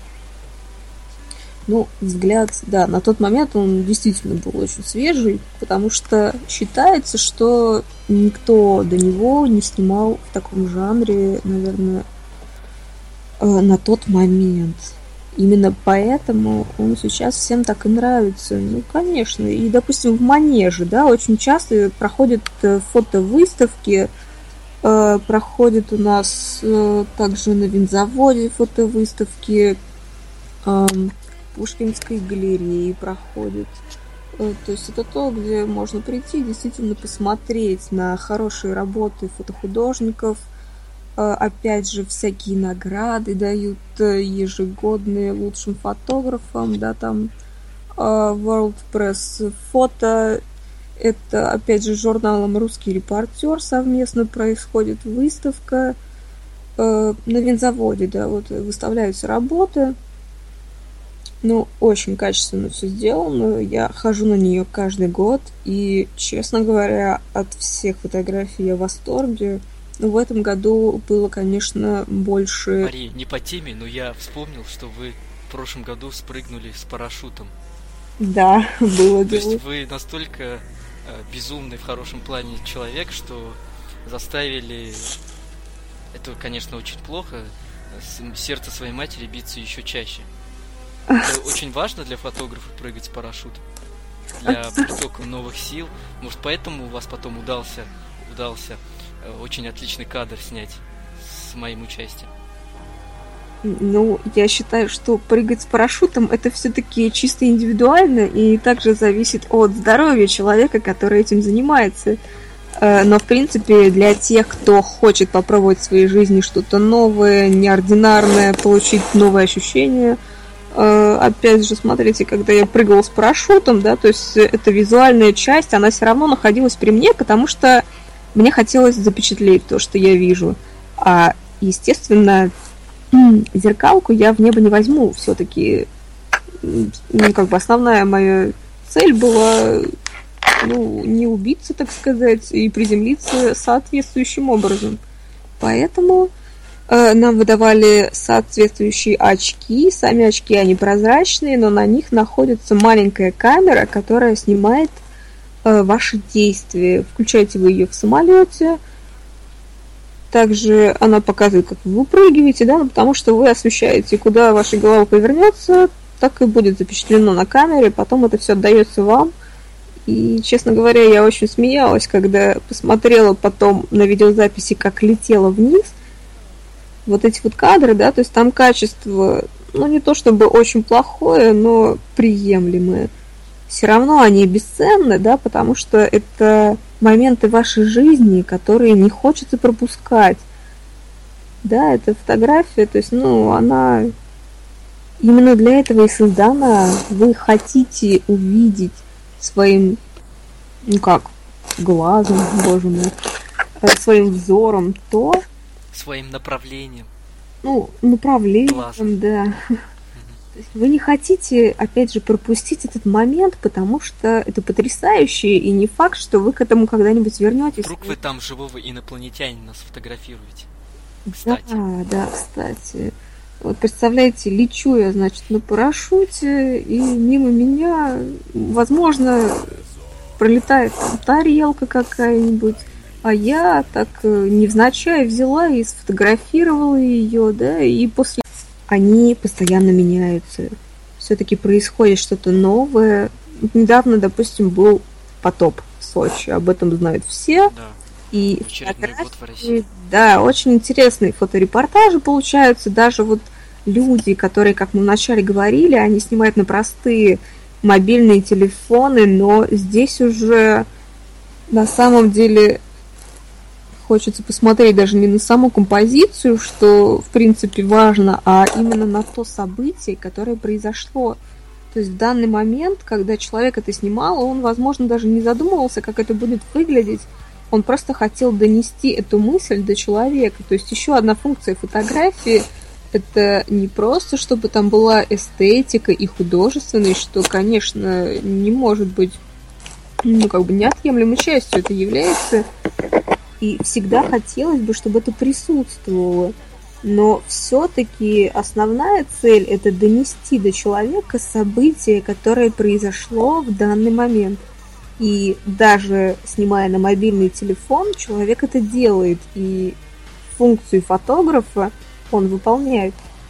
Ну, взгляд, да, на тот момент он действительно был очень свежий, потому что считается, что никто до него не снимал в таком жанре, наверное, на тот момент. Именно поэтому он сейчас всем так и нравится. Ну, конечно. И, допустим, в Манеже, да, очень часто проходят фотовыставки, проходят у нас также на Винзаводе фотовыставки, в Пушкинской галерее проходят. То есть это то, где можно прийти и действительно посмотреть на хорошие работы фотохудожников. Опять же, всякие награды дают ежегодные лучшим фотографам, да, там World Press Photo, это, опять же, с журналом «Русский репортер» совместно происходит выставка на Винзаводе, да, вот выставляются работы, ну, очень качественно все сделано, я хожу на нее каждый год, и, честно говоря, от всех фотографий я в восторге. Но в этом году было, конечно, больше...
Мария, не по теме, но я вспомнил, что вы в прошлом году спрыгнули с парашютом.
Да, было дело.
То есть вы настолько безумный в хорошем плане человек, что заставили... Это, конечно, очень плохо. Сердце своей матери биться еще чаще. Это очень важно для фотографа прыгать с парашютом. Для притока новых сил. Может, поэтому у вас потом удался очень отличный кадр снять с моим участием.
Ну, я считаю, что прыгать с парашютом это все-таки чисто индивидуально и также зависит от здоровья человека, который этим занимается. Но, в принципе, для тех, кто хочет попробовать в своей жизни что-то новое, неординарное, получить новые ощущения, опять же, смотрите, когда я прыгала с парашютом, да, то есть эта визуальная часть, она все равно находилась при мне, потому что мне хотелось запечатлеть то, что я вижу. А, естественно, зеркалку я в небо не возьму. Все-таки, основная моя цель была, не убиться, так сказать, и приземлиться соответствующим образом. Поэтому нам выдавали соответствующие очки. Сами очки, они прозрачные, но на них находится маленькая камера, которая снимает ваши действия. Включаете вы ее в самолете. Также она показывает, как вы выпрыгиваете, да, потому что вы освещаете, куда ваша голова повернется, так и будет запечатлено на камере, потом это все отдается вам. И, честно говоря, я очень смеялась, когда посмотрела потом на видеозаписи, как летела вниз. Вот эти вот кадры, да, то есть там качество, не то чтобы очень плохое, но приемлемое. Все равно они бесценны, да, потому что это моменты вашей жизни, которые не хочется пропускать. Да, это фотография, то есть, она именно для этого и создана. Вы хотите увидеть своим, глазом, боже мой, своим взором то...
Своим направлением.
Направлением,
глазом.
Да. То есть вы не хотите, опять же, пропустить этот момент, потому что это потрясающе, и не факт, что вы к этому когда-нибудь вернетесь.
Вдруг вы там живого инопланетянина сфотографируете. Кстати.
Да, кстати. Вот представляете, лечу я, на парашюте, и мимо меня, возможно, пролетает там тарелка какая-нибудь, а я так невзначай взяла и сфотографировала ее, да, и после... Они постоянно меняются. Все-таки происходит что-то новое. Недавно, допустим, был потоп в Сочи, об этом знают все.
Да.
И
очередной год в России.
Да, очень интересные фоторепортажи получаются. Даже вот люди, которые, как мы вначале говорили, они снимают на простые мобильные телефоны, но здесь уже на самом деле хочется посмотреть даже не на саму композицию, что в принципе важно, а именно на то событие, которое произошло. То есть в данный момент, когда человек это снимал, он, возможно, даже не задумывался, как это будет выглядеть. Он просто хотел донести эту мысль до человека. То есть еще одна функция фотографии – это не просто, чтобы там была эстетика и художественность, что, конечно, не может быть неотъемлемой частью это является. И всегда хотелось бы, чтобы это присутствовало. Но все-таки основная цель – это донести до человека событие, которое произошло в данный момент. И даже снимая на мобильный телефон, человек это делает. И функцию фотографа он выполняет.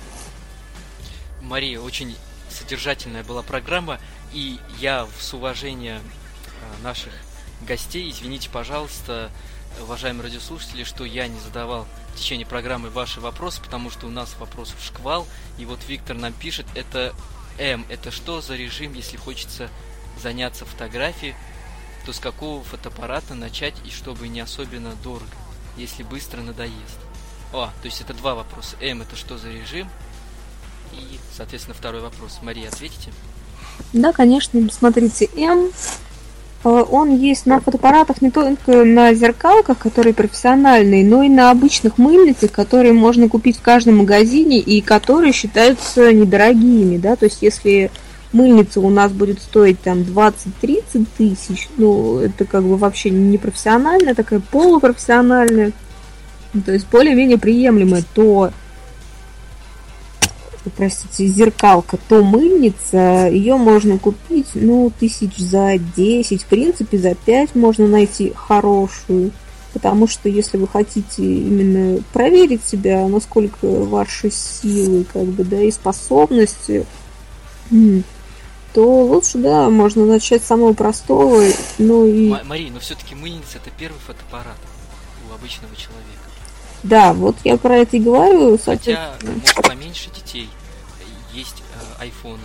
Мария, очень содержательная была программа. И я с уважением наших гостей, извините, пожалуйста, уважаемые радиослушатели, что я не задавал в течение программы ваши вопросы, потому что у нас вопросов шквал. И вот Виктор нам пишет, это это что за режим, если хочется заняться фотографией, то с какого фотоаппарата начать и чтобы не особенно дорого, если быстро надоест? То есть это два вопроса. Это что за режим? И, соответственно, второй вопрос. Мария, ответите?
Да, конечно. Смотрите, он есть на фотоаппаратах не только на зеркалках, которые профессиональные, но и на обычных мыльницах, которые можно купить в каждом магазине и которые считаются недорогими, да, то есть если мыльница у нас будет стоить там 20-30 тысяч, это вообще не профессиональная, такая полупрофессиональная, то есть более-менее приемлемая, то зеркалка, то мыльница, ее можно купить, тысяч за 10, в принципе, за 5 можно найти хорошую, потому что если вы хотите именно проверить себя, насколько ваши силы, и способности, то лучше, да, можно начать с самого простого,
Мария, но все-таки мыльница – это первый фотоаппарат у обычного человека.
Да, вот я про это и говорю.
Хотя, может, поменьше детей есть айфоны.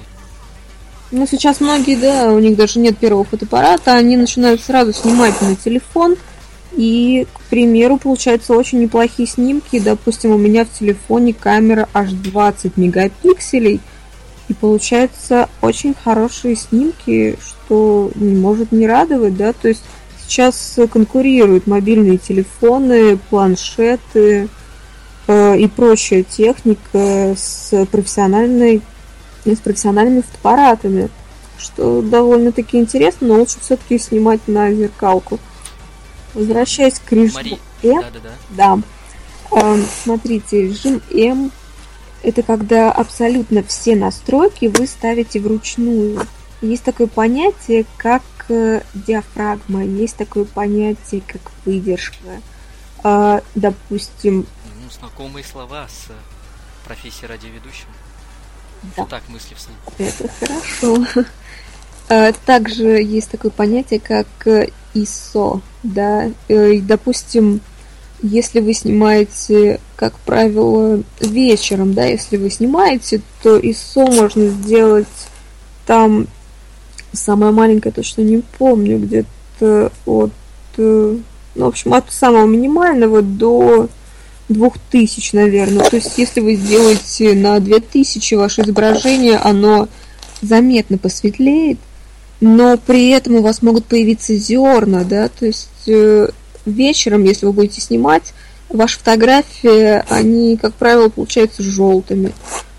Сейчас многие, да, у них даже нет первого фотоаппарата, они начинают сразу снимать на телефон, И, к примеру, получаются очень неплохие снимки. Допустим, у меня в телефоне камера аж 20 мегапикселей. И получаются очень хорошие снимки, что не может не радовать, да. То есть сейчас конкурируют мобильные телефоны, планшеты и прочая техника с профессиональными фотоаппаратами, что довольно-таки интересно, но лучше все-таки снимать на зеркалку. Возвращаясь к режиму М, да. Смотрите, режим М — это когда абсолютно все настройки вы ставите вручную. Есть такое понятие, как диафрагма, есть такое понятие, как выдержка. Допустим...
знакомые слова с профессией радиоведущего.
Да.
Так, мысли вслух.
Это хорошо. Также есть такое понятие, как ISO, да. Допустим, если вы снимаете, как правило, вечером, да, если вы снимаете, то ISO можно сделать там, самое маленькое, точно не помню, где-то от, ну, в общем, от самого минимального до 2000, наверное. То есть, если вы сделаете на 2000 ваше изображение, оно заметно посветлеет, но при этом у вас могут появиться зерна, да, то есть вечером, если вы будете снимать, ваши фотографии, они, как правило, получаются желтыми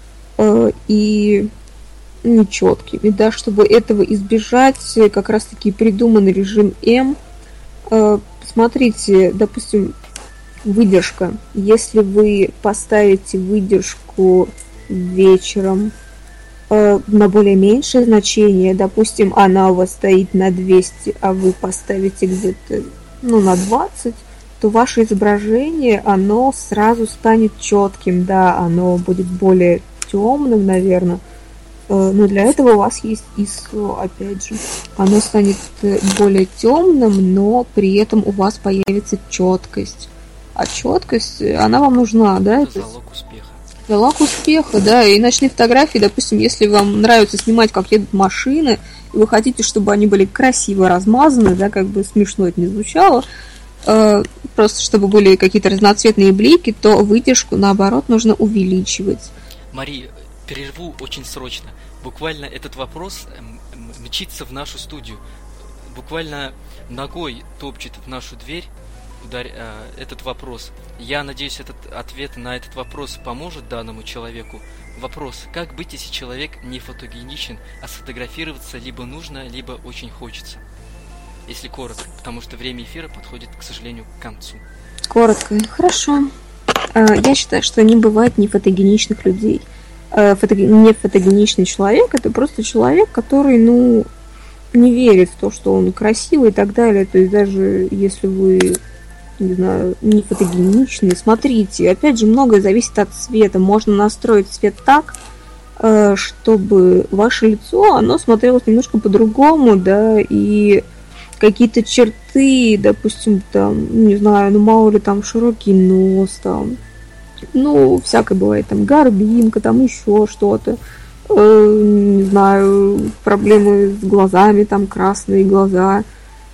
и нечеткими, да, чтобы этого избежать, как раз-таки придуман режим М. Посмотрите, допустим, выдержка. Если вы поставите выдержку вечером на более меньшее значение, допустим, она у вас стоит на 200, а вы поставите где-то, на 20, то ваше изображение, оно сразу станет четким, да, оно будет более темным, наверное, но для этого у вас есть ISO, опять же. Оно станет более темным, но при этом у вас появится четкость. А четкость, она вам нужна, да?
Это залог успеха.
Залог успеха, да. И ночные фотографии, допустим, если вам нравится снимать, как едут машины, и вы хотите, чтобы они были красиво размазаны, да, как бы смешно это не звучало, просто чтобы были какие-то разноцветные блики, то выдержку, наоборот, нужно увеличивать.
Мари, перерву очень срочно. Буквально этот вопрос мчится в нашу студию. Буквально ногой топчет в нашу дверь этот вопрос. Я надеюсь, этот ответ на этот вопрос поможет данному человеку. Вопрос: как быть, если человек не фотогеничен, а сфотографироваться либо нужно, либо очень хочется? Если коротко, потому что время эфира подходит, к сожалению, к концу.
Коротко. Хорошо. Я считаю, что не бывает нефотогеничных людей. Нефотогеничный человек — это просто человек, который, не верит в то, что он красивый и так далее. То есть даже если вы, не знаю, не фотогеничный, смотрите, опять же, многое зависит от цвета. Можно настроить цвет так, чтобы ваше лицо, оно смотрелось немножко по-другому, да, и какие-то черты, допустим, там, не знаю, мало ли там широкий нос, там, всякое бывает, там, горбинка, там, еще что-то, не знаю, проблемы с глазами, там, красные глаза.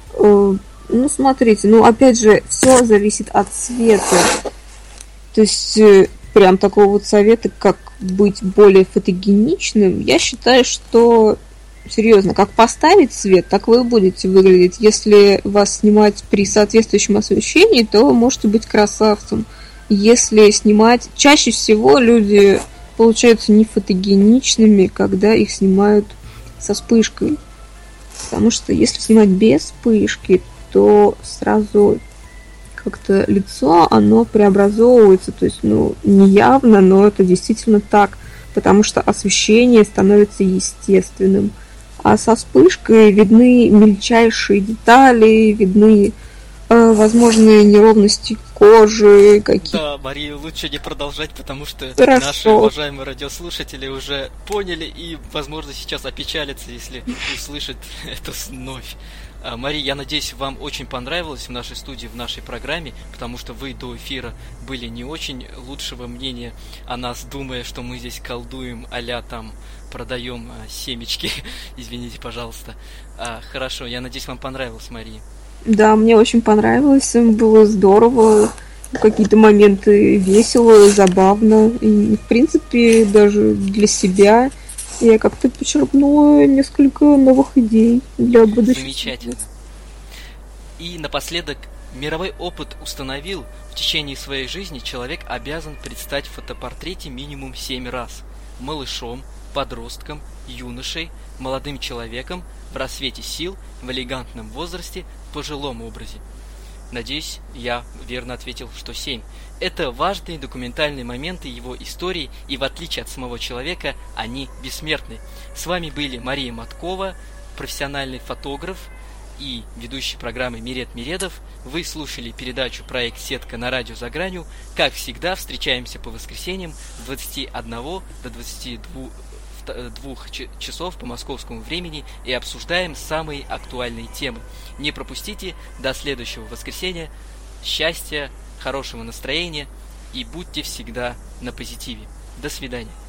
Смотрите, опять же, все зависит от цвета. То есть, прям такого вот совета, как быть более фотогеничным, я считаю, что, серьезно, как поставить цвет, так вы будете выглядеть. Если вас снимать при соответствующем освещении, то вы можете быть красавцем. Если снимать... Чаще всего люди получаются не фотогеничными, когда их снимают со вспышкой. Потому что если снимать без вспышки, то сразу как-то лицо, оно преобразовывается. То есть, не явно, но это действительно так. Потому что освещение становится естественным. А со вспышкой видны мельчайшие детали, видны возможные неровности кожи, какие-то...
Да, Мария, лучше не продолжать, потому что
Хорошо.
Наши уважаемые радиослушатели уже поняли и, возможно, сейчас опечалятся, если услышат это вновь. Мария, я надеюсь, вам очень понравилось в нашей студии, в нашей программе, потому что вы до эфира были не очень лучшего мнения о нас, думая, что мы здесь колдуем, а-ля там продаем семечки. Извините, пожалуйста. Хорошо, я надеюсь, вам понравилось, Мария.
Да, мне очень понравилось, было здорово, в какие-то моменты весело, забавно, и, в принципе, даже для себя я как-то почерпнула несколько новых идей для будущих.
Замечательно. И напоследок, мировой опыт установил, в течение своей жизни человек обязан предстать в фотопортрете минимум 7 раз. Малышом, подростком, юношей, молодым человеком, в рассвете сил, в элегантном возрасте, в пожилом образе. Надеюсь, я верно ответил, что 7. Это важные документальные моменты его истории, и в отличие от самого человека, они бессмертны. С вами были Мария Маткова, профессиональный фотограф и ведущий программы Мирет Миредов. Вы слушали передачу «Проект Сетка» на радио «За гранью». Как всегда, встречаемся по воскресеньям с 21 до 22 часов по московскому времени и обсуждаем самые актуальные темы. Не пропустите, до следующего воскресенья. Счастья, хорошего настроения и будьте всегда на позитиве. До свидания.